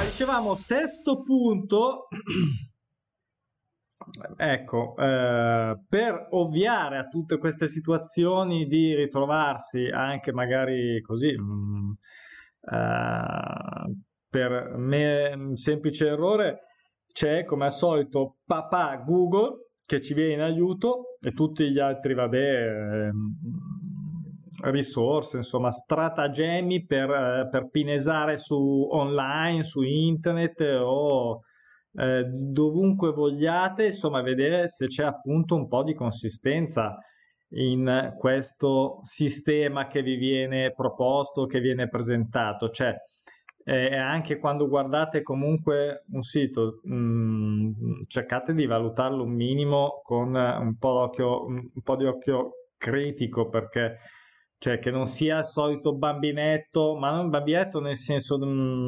Dicevamo, sesto punto, ecco, per ovviare a tutte queste situazioni di ritrovarsi anche magari così, per me, semplice errore, c'è come al solito papà Google che ci viene in aiuto e tutti gli altri, vabbè, risorse, insomma, stratagemmi per pinesare su online, su internet o dovunque vogliate, insomma, vedere se c'è appunto un po' di consistenza in questo sistema che vi viene proposto, che viene presentato. Cioè, anche quando guardate comunque un sito, cercate di valutarlo un minimo con un po' di occhio critico, perché cioè che non sia il solito bambinetto, ma non bambinetto nel senso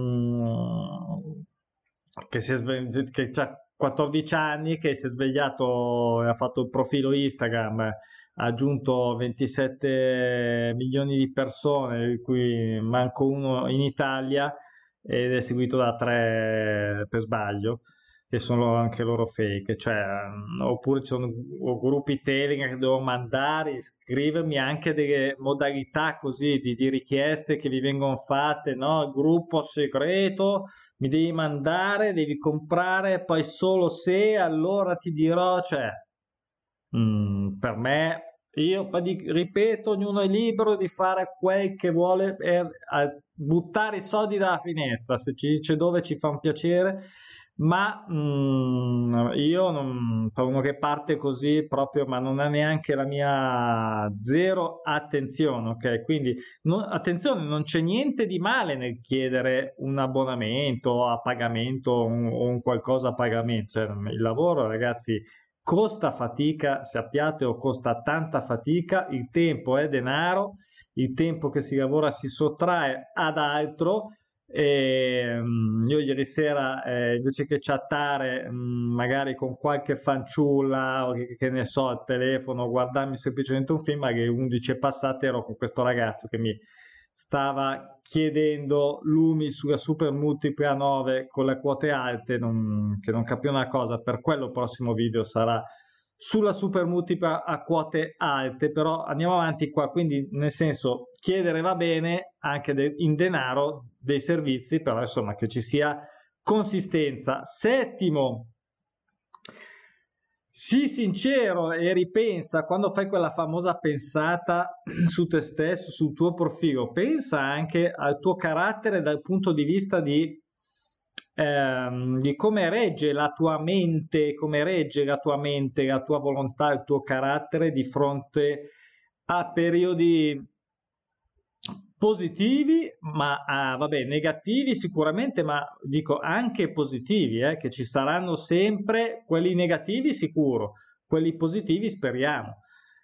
che che ha 14 anni, che si è svegliato e ha fatto il profilo Instagram, ha aggiunto 27 milioni di persone, di cui manco uno in Italia, ed è seguito da 3 per sbaglio, che sono anche loro fake. Cioè, oppure ci sono gruppi Telegram che devo mandare, iscrivermi, anche delle modalità così di richieste che vi vengono fatte, no? Il gruppo segreto, mi devi mandare, devi comprare, poi solo se allora ti dirò. Cioè, per me, io poi ripeto, ognuno è libero di fare quel che vuole per buttare i soldi dalla finestra, se ci dice dove ci fa un piacere, ma io per uno che parte così proprio, ma non ha neanche la mia zero attenzione, ok? Quindi attenzione, non c'è niente di male nel chiedere un abbonamento a pagamento o un qualcosa a pagamento. Cioè, il lavoro, ragazzi, costa fatica, sappiate, o costa tanta fatica. Il tempo è denaro, il tempo che si lavora si sottrae ad altro. Io ieri sera, invece che chattare magari con qualche fanciulla o che ne so al telefono, guardarmi semplicemente un film, alle 11 passate ero con questo ragazzo che mi stava chiedendo lumi sulla super multipla 9 con le quote alte, che non capivo una cosa. Per quello il prossimo video sarà sulla super multipla a quote alte. Però andiamo avanti qua. Quindi, nel senso, chiedere va bene anche in denaro dei servizi, però insomma che ci sia consistenza. Settimo, sii sincero e ripensa quando fai quella famosa pensata su te stesso, sul tuo profilo. Pensa anche al tuo carattere dal punto di vista di come regge la tua mente, come regge la tua mente, la tua volontà, il tuo carattere di fronte a periodi positivi, ma vabbè, negativi sicuramente, ma dico anche positivi, che ci saranno sempre. Quelli negativi sicuro, quelli positivi speriamo.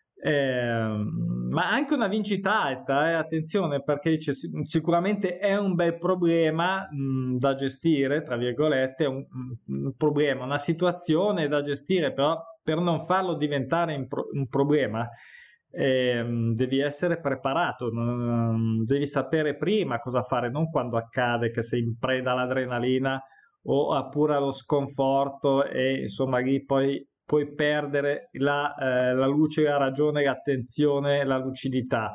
Ma anche una vincita alta, attenzione, perché sicuramente è un bel problema da gestire, tra virgolette, un problema, una situazione da gestire, però per non farlo diventare un problema devi essere preparato, devi sapere prima cosa fare, non quando accade che sei in preda all'adrenalina o a pure allo sconforto, e insomma lì poi puoi perdere la luce, la ragione, l'attenzione, la lucidità.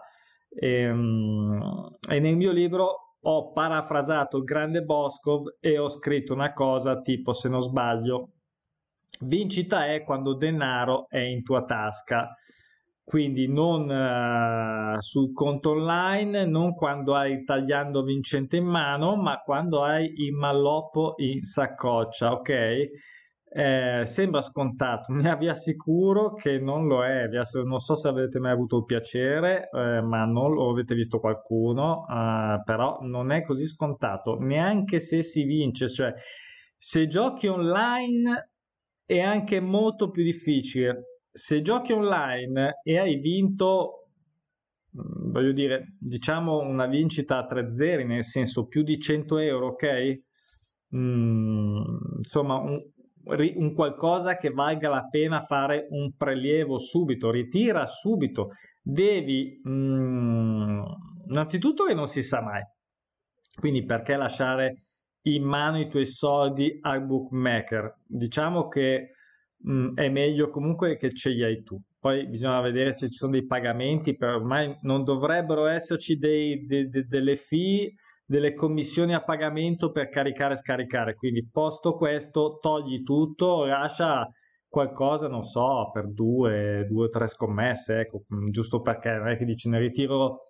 E nel mio libro ho parafrasato il grande Boscov e ho scritto una cosa tipo, se non sbaglio, vincita è quando denaro è in tua tasca. Quindi non sul conto online, non quando hai il tagliando vincente in mano, ma quando hai il malloppo in saccoccia, ok? Sembra scontato, vi assicuro che non lo è. Non so se avete mai avuto il piacere, ma non lo avete visto qualcuno, però non è così scontato, neanche se si vince. Cioè, se giochi online è anche molto più difficile. Se giochi online e hai vinto, voglio dire, diciamo una vincita a 3 zeri, nel senso più di 100 euro, ok? Insomma, un qualcosa che valga la pena fare un prelievo subito, ritira subito. Devi, innanzitutto che non si sa mai, quindi perché lasciare in mano i tuoi soldi al bookmaker. Diciamo che è meglio comunque che ce li hai tu. Poi bisogna vedere se ci sono dei pagamenti, per ormai non dovrebbero esserci delle fee, delle commissioni a pagamento per caricare e scaricare. Quindi, posto questo, togli tutto, lascia qualcosa, non so, per due o tre scommesse, ecco, giusto perché non è che dici ne ritiro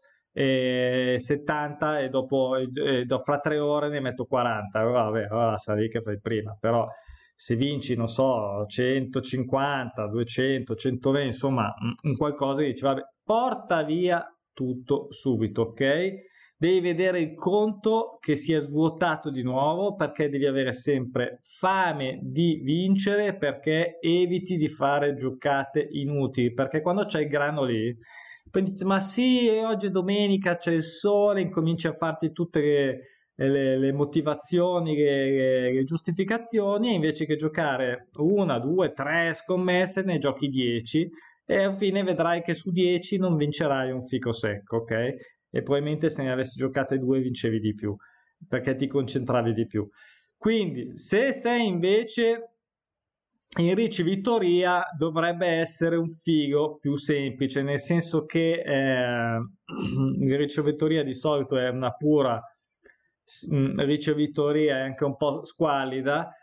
70 e dopo fra 3 ore ne metto 40, allora vabbè, allora sa lì che fai prima, però se vinci, non so, 150, 200, 120, insomma, un qualcosa che dici, vabbè, porta via tutto subito, ok? Devi vedere il conto che si è svuotato di nuovo perché devi avere sempre fame di vincere perché eviti di fare giocate inutili, perché quando c'è il grano lì, poi dici, ma sì, oggi è domenica, c'è il sole, incominci a farti tutte le motivazioni, le giustificazioni, e invece che giocare una, due, tre scommesse, ne giochi 10 e alla fine vedrai che su 10 non vincerai un fico secco, ok? E probabilmente se ne avessi giocate due vincevi di più, perché ti concentravi di più. Quindi, se sei invece in Ricci Vittoria, dovrebbe essere un figo più semplice, nel senso che il Ricci Vittoria di solito è una pura ricevitoria, è anche un po' squallida.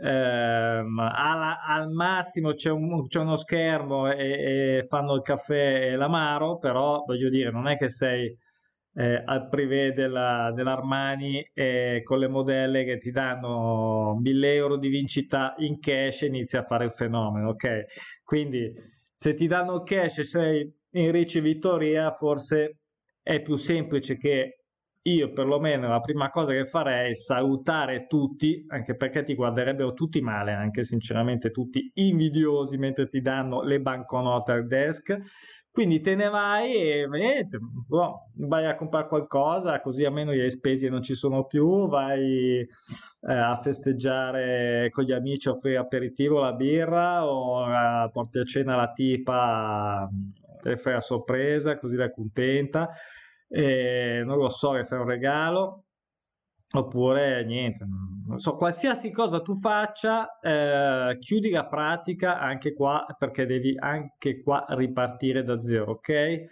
Al massimo c'è uno schermo e fanno il caffè e l'amaro, però voglio dire, non è che sei al privé dell'Armani con le modelle che ti danno 1000 euro di vincita in cash e inizi a fare il fenomeno, ok? Quindi se ti danno il cash e sei in ricevitoria, forse è più semplice che io perlomeno la prima cosa che farei è salutare tutti, anche perché ti guarderebbero tutti male, anche sinceramente tutti invidiosi mentre ti danno le banconote al desk. Quindi te ne vai e niente, vai a comprare qualcosa, così almeno gli hai spesi e non ci sono più, vai a festeggiare con gli amici, a offrire aperitivo, la birra o porti a cena la tipa, te fai a sorpresa, così lei è contenta non lo so, che fai un regalo, oppure niente, non so, qualsiasi cosa tu faccia, chiudi la pratica anche qua, perché devi anche qua ripartire da zero, ok?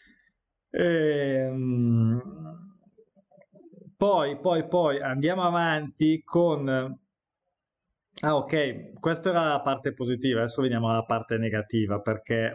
Ehm, poi andiamo avanti con... Ah, ok, questa era la parte positiva, adesso veniamo alla parte negativa, perché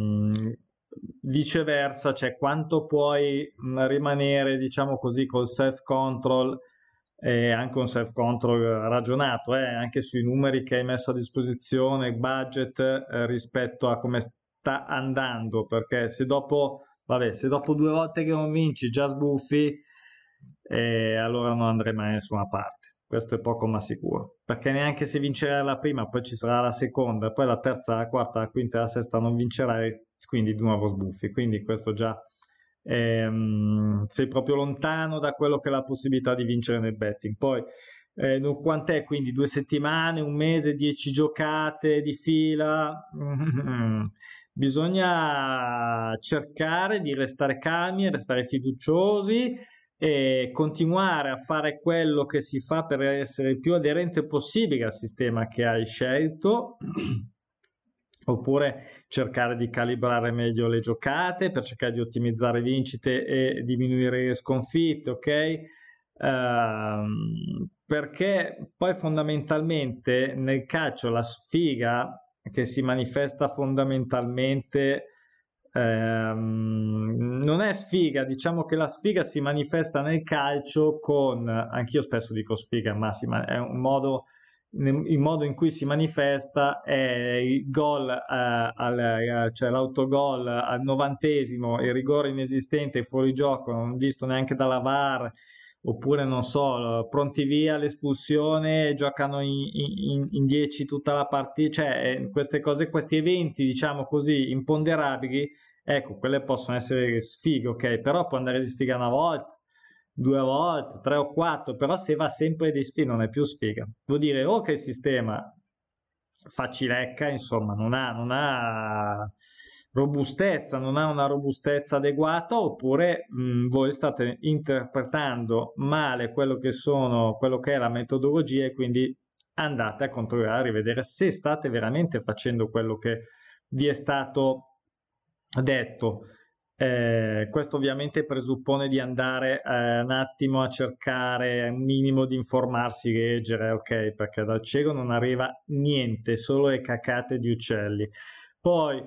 viceversa, cioè quanto puoi rimanere, diciamo così, col self-control e anche un self-control ragionato, anche sui numeri che hai messo a disposizione, il budget rispetto a come sta andando, perché se dopo, vabbè, se dopo 2 volte che non vinci già sbuffi, allora non andrei mai da nessuna parte. Questo è poco ma sicuro, perché neanche se vincerai la prima, poi ci sarà la seconda, poi la terza, la quarta, la quinta e la sesta non vincerai, quindi di nuovo sbuffi. Quindi questo già sei proprio lontano da quello che è la possibilità di vincere nel betting. Poi quant'è? Quindi 2 settimane, un mese, 10 giocate di fila. Bisogna cercare di restare calmi, restare fiduciosi e continuare a fare quello che si fa per essere il più aderente possibile al sistema che hai scelto, oppure cercare di calibrare meglio le giocate per cercare di ottimizzare vincite e diminuire le sconfitte, ok? Perché poi fondamentalmente nel calcio la sfiga che si manifesta fondamentalmente non è sfiga, diciamo che la sfiga si manifesta nel calcio con, anch'io spesso dico sfiga, ma è un modo, il modo in cui si manifesta è il gol, cioè l'autogol al 90esimo, il rigore inesistente, il fuorigioco, non visto neanche dalla VAR, oppure non so, pronti via l'espulsione, giocano in 10 tutta la partita, cioè queste cose, questi eventi, diciamo così, imponderabili, ecco, quelle possono essere sfighe, ok, però può andare di sfiga una volta, 2 volte, 3 o 4, però se va sempre di sfiga non è più sfiga. Vuol dire o che il sistema facilecca, insomma, robustezza, non ha una robustezza adeguata, oppure voi state interpretando male quello che è la metodologia, e quindi andate a controllare, a rivedere se state veramente facendo quello che vi è stato detto. Questo ovviamente presuppone di andare un attimo a cercare un minimo di informarsi, leggere, ok, perché dal cielo non arriva niente, solo le cacate di uccelli. Poi,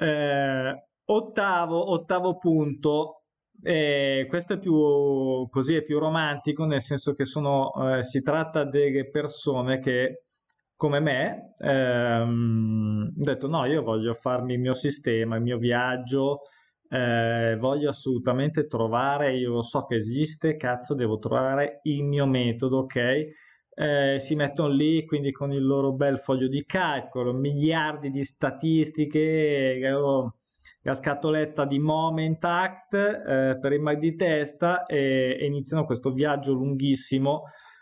ottavo punto, questo è più così, è più romantico, nel senso che si tratta delle persone che, come me, hanno detto no, io voglio farmi il mio sistema, il mio viaggio, voglio assolutamente trovare, io lo so che esiste, cazzo, devo trovare il mio metodo, ok? Si mettono lì quindi con il loro bel foglio di calcolo, miliardi di statistiche, la scatoletta di Moment Act per il mal di testa, e iniziano questo viaggio lunghissimo.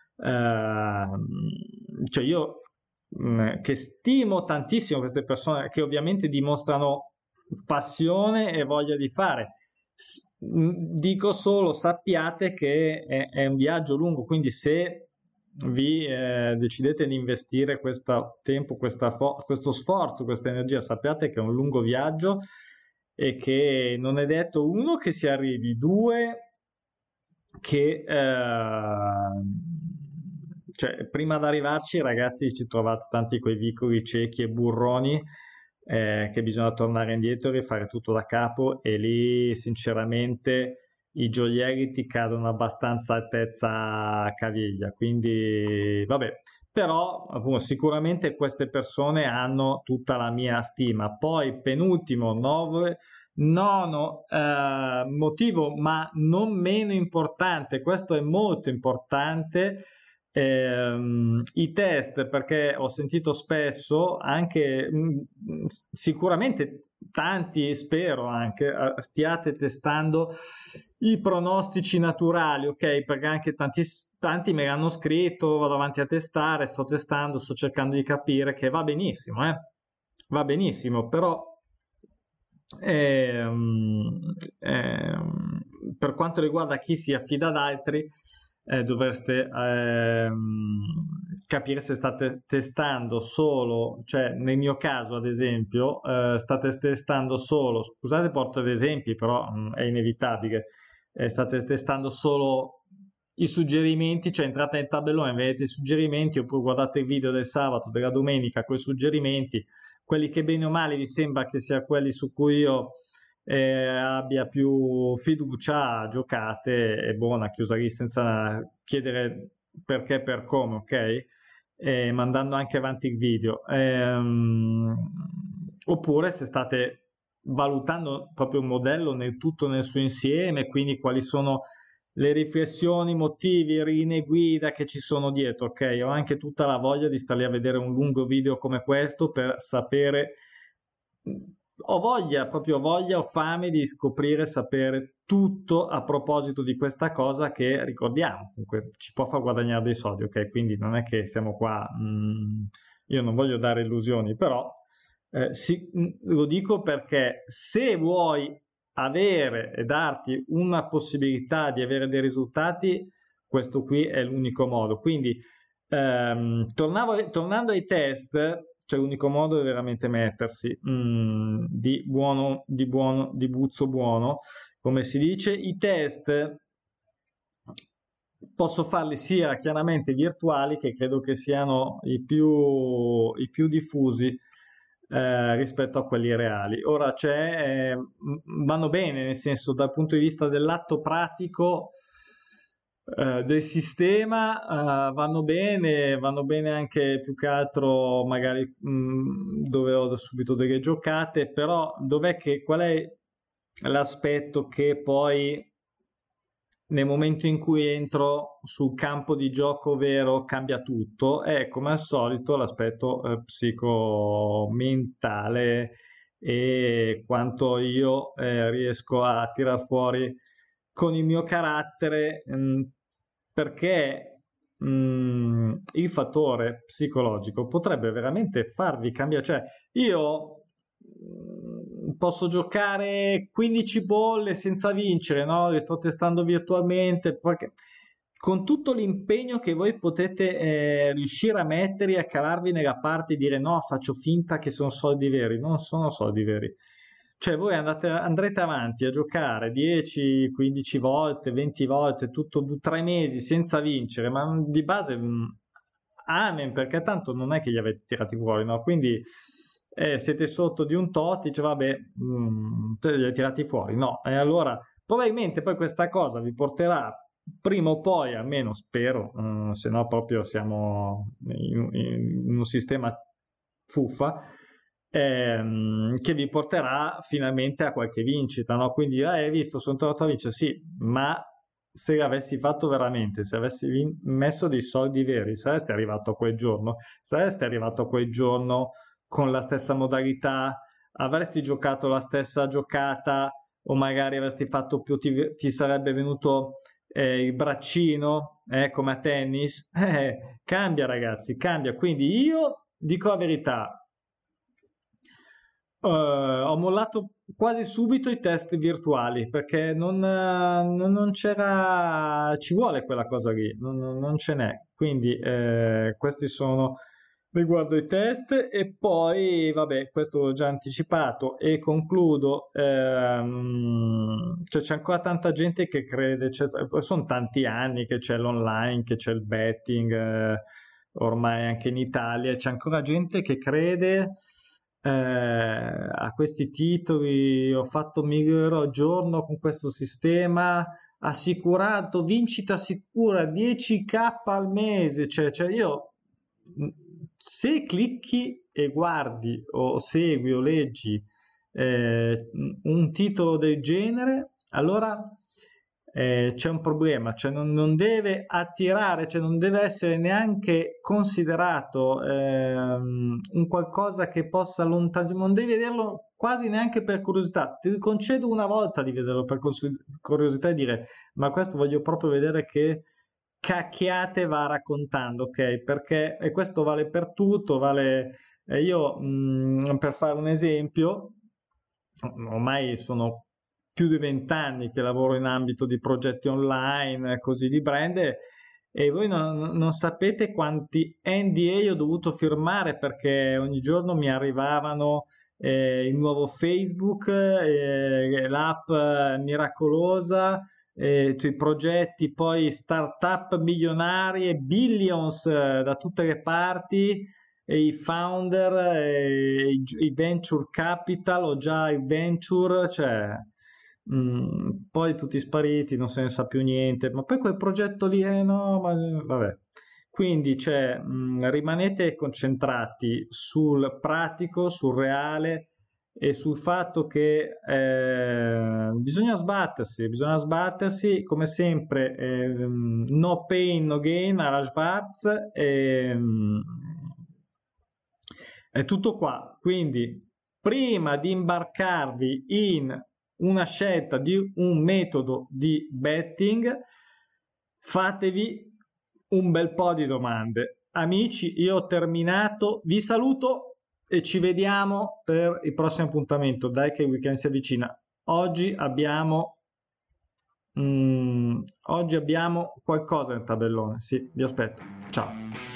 Cioè io che stimo tantissimo queste persone che ovviamente dimostrano passione e voglia di fare. Dico solo, sappiate che è un viaggio lungo, quindi se vi decidete di investire questo tempo, questo sforzo, questa energia, sappiate che è un lungo viaggio e che non è detto, uno, che si arrivi, due, che cioè, prima di arrivarci, ragazzi, ci trovate tanti quei vicoli ciechi e burroni, che bisogna tornare indietro e rifare tutto da capo, e lì sinceramente i gioielli ti cadono abbastanza a altezza caviglia, quindi vabbè. Però appunto, sicuramente queste persone hanno tutta la mia stima. Poi penultimo, nono motivo, ma non meno importante, questo è molto importante, i test, perché ho sentito spesso anche, sicuramente tanti, spero anche, stiate testando i pronostici naturali, ok? Perché anche tanti me l'hanno scritto, vado avanti a testare, sto testando, sto cercando di capire, che va benissimo, va benissimo, però ehm, per quanto riguarda chi si affida ad altri, dovreste capire se state testando solo, cioè nel mio caso ad esempio, state testando solo, scusate porto ad esempi, però è inevitabile, state testando solo i suggerimenti, cioè entrate nel tabellone, vedete i suggerimenti, oppure guardate il video del sabato, della domenica con i suggerimenti, quelli che bene o male vi sembra che sia quelli su cui io abbia più fiducia, giocate, è buona, chiusa lì senza chiedere perché, per come, ok? Mandando anche avanti il video. Oppure se state valutando proprio un modello nel tutto nel suo insieme, quindi quali sono le riflessioni, i motivi, le linee guida che ci sono dietro, ok? Ho anche tutta la voglia di stare lì a vedere un lungo video come questo per sapere, ho voglia, proprio voglia, ho fame di scoprire, sapere tutto a proposito di questa cosa che, ricordiamo, comunque ci può far guadagnare dei soldi, ok? Quindi non è che siamo qua, io non voglio dare illusioni, però lo dico perché se vuoi avere e darti una possibilità di avere dei risultati, questo qui è l'unico modo. Quindi, tornando ai test, cioè l'unico modo è veramente mettersi di buzzo buono, come si dice. I test posso farli sia chiaramente virtuali, che credo che siano i più diffusi rispetto a quelli reali. Ora vanno bene, nel senso, dal punto di vista dell'atto pratico del sistema, vanno bene anche più che altro magari dove ho subito delle giocate, però qual è l'aspetto che poi nel momento in cui entro sul campo di gioco vero cambia tutto? È come al solito l'aspetto psicomentale, e quanto io riesco a tirar fuori con il mio carattere, perché il fattore psicologico potrebbe veramente farvi cambiare. Cioè, io posso giocare 15 bolle senza vincere, no? Le sto testando virtualmente, perché con tutto l'impegno che voi potete riuscire a mettere e a calarvi nella parte e dire no, faccio finta che sono soldi veri, non sono soldi veri. Cioè voi andrete avanti a giocare 10, 15 volte, 20 volte, tutto 3 mesi senza vincere, ma di base amen, perché tanto non è che li avete tirati fuori, no? Quindi siete sotto di un tot, dice vabbè, te li hai tirati fuori, no? E allora probabilmente poi questa cosa vi porterà prima o poi, almeno spero, se no proprio siamo in un sistema fuffa, che vi porterà finalmente a qualche vincita, no? Quindi, hai visto, sono tornato a vincere, sì, ma se avessi fatto veramente, se avessi messo dei soldi veri, sareste arrivato a quel giorno, sareste arrivato a quel giorno con la stessa modalità, avresti giocato la stessa giocata o magari avresti fatto più, ti sarebbe venuto il braccino, come a tennis. Cambia ragazzi, cambia. Quindi io dico la verità, ho mollato quasi subito i test virtuali perché non c'era, ci vuole quella cosa lì, non ce n'è. Quindi questi sono riguardo i test e poi, vabbè, questo l'ho già anticipato e concludo. Cioè, c'è ancora tanta gente che crede, sono tanti anni che c'è l'online, che c'è il betting, ormai anche in Italia, c'è ancora gente che crede a questi titoli. Ho fatto 1.000 euro al giorno con questo sistema assicurato, vincita sicura 10k al mese, cioè io, se clicchi e guardi o segui o leggi un titolo del genere, allora c'è un problema, cioè non deve attirare, cioè non deve essere neanche considerato un qualcosa che possa allontanare, non devi vederlo quasi neanche per curiosità. Ti concedo una volta di vederlo per curiosità e dire ma questo voglio proprio vedere che cacchiate va raccontando, ok? Perché e questo vale per tutto, vale io per fare un esempio, ormai sono più di 20 anni che lavoro in ambito di progetti online, così di brand, e voi non sapete quanti NDA ho dovuto firmare perché ogni giorno mi arrivavano il nuovo Facebook, l'app miracolosa, i progetti, poi start-up milionarie, billions da tutte le parti, e i founder, i venture capital o già i venture, cioè poi tutti spariti, non se ne sa più niente, ma poi quel progetto lì, no, ma vabbè. Quindi, cioè, rimanete concentrati sul pratico, sul reale e sul fatto che bisogna sbattersi come sempre, no pain, no gain alla Schwarz, è tutto qua. Quindi, prima di imbarcarvi in una scelta di un metodo di betting, fatevi un bel po' di domande. Amici, io ho terminato, vi saluto e ci vediamo per il prossimo appuntamento. Dai che il weekend si avvicina. Oggi abbiamo qualcosa nel tabellone. Sì, vi aspetto. Ciao.